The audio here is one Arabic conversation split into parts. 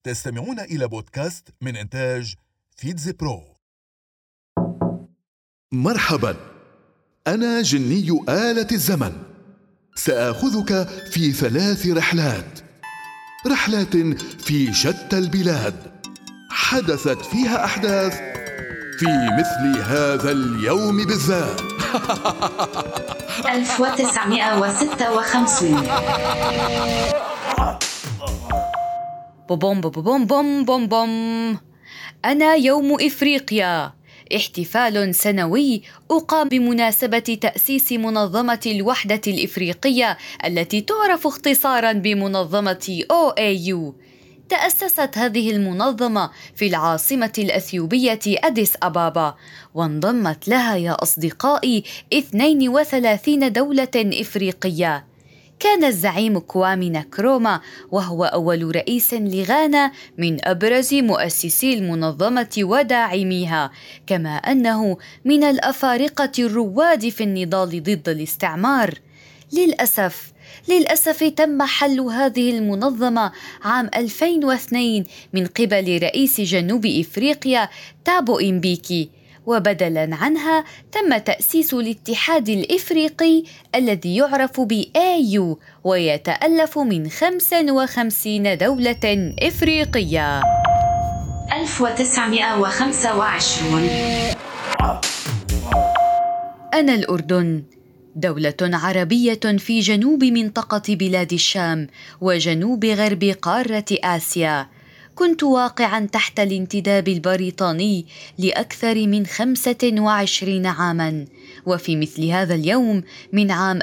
تستمعون إلى بودكاست من إنتاج فيتز برو. مرحبا، أنا جني آلة الزمن. سآخذك في 3 رحلات في شتى البلاد، حدثت فيها أحداث في مثل هذا اليوم بالذات. 1956. بوم بوم بوم بوم بوم بوم. أنا يوم إفريقيا، احتفال سنوي أقام بمناسبة تأسيس منظمة الوحدة الإفريقية التي تعرف اختصاراً بمنظمة OAU. تأسست هذه المنظمة في العاصمة الأثيوبية أديس أبابا، وانضمت لها يا أصدقائي 32 دولة إفريقية. كان الزعيم كوامي نكروما، وهو أول رئيس لغانا من أبرز مؤسسي المنظمة وداعميها، كما أنه من الأفارقة الرواد في النضال ضد الاستعمار. للأسف تم حل هذه المنظمة عام 2002 من قبل رئيس جنوب إفريقيا تابو إمبيكي، وبدلاً عنها تم تأسيس الاتحاد الإفريقي الذي يعرف ب-AU، ويتألف من 55 دولة إفريقية. 1925. أنا الأردن، دولة عربية في جنوب منطقة بلاد الشام وجنوب غرب قارة آسيا. كنت واقعاً تحت الانتداب البريطاني لأكثر من 25 عاماً، وفي مثل هذا اليوم من عام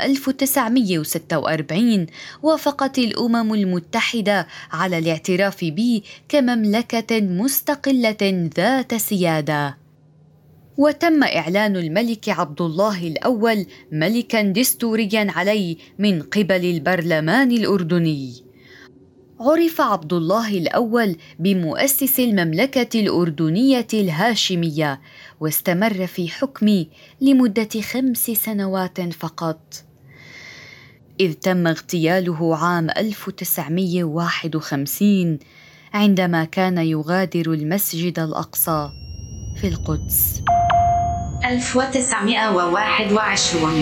1946 وافقت الأمم المتحدة على الاعتراف بي كمملكة مستقلة ذات سيادة. وتم إعلان الملك عبد الله الأول ملكاً دستورياً علي من قبل البرلمان الأردني. عرف عبد الله الأول بمؤسس المملكة الأردنية الهاشمية، واستمر في حكمه لمدة 5 سنوات فقط، إذ تم اغتياله عام 1951 عندما كان يغادر المسجد الأقصى في القدس. 1921.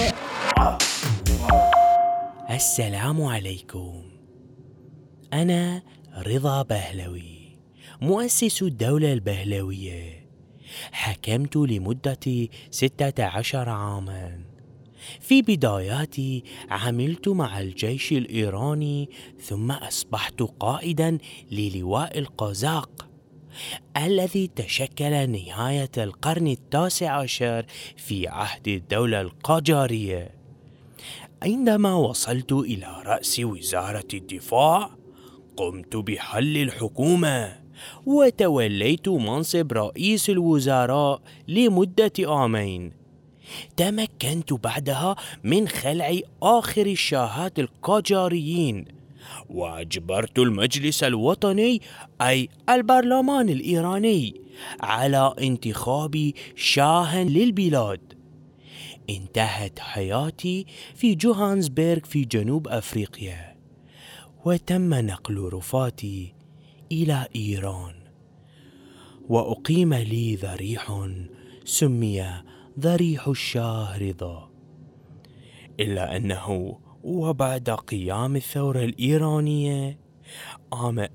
السلام عليكم. أنا رضا بهلوي، مؤسس الدولة البهلوية. حكمت لمدة 16 عاماً. في بداياتي عملت مع الجيش الإيراني، ثم أصبحت قائداً للواء القازاق الذي تشكل نهاية القرن 19 في عهد الدولة القاجارية. عندما وصلت إلى رأس وزارة الدفاع، قمت بحل الحكومة وتوليت منصب رئيس الوزراء لمدة عامين. تمكنت بعدها من خلع آخر الشاهات القاجاريين، وأجبرت المجلس الوطني أي البرلمان الإيراني على انتخاب شاه للبلاد. انتهت حياتي في جوهانسبرغ في جنوب أفريقيا، وتم نقل رفاتي إلى إيران، وأقيم لي ضريح سمي ضريح الشاه رضا. إلا أنه وبعد قيام الثورة الإيرانية عام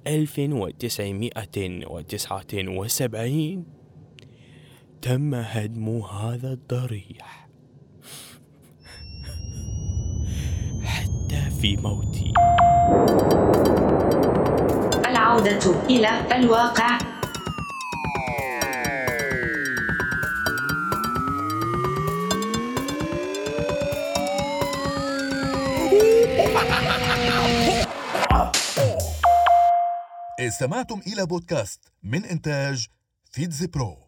1979 تم هدم هذا الضريح حتى في موتي. العودة إلى الواقع. استمعتم إلى بودكاست من إنتاج فيتز برو.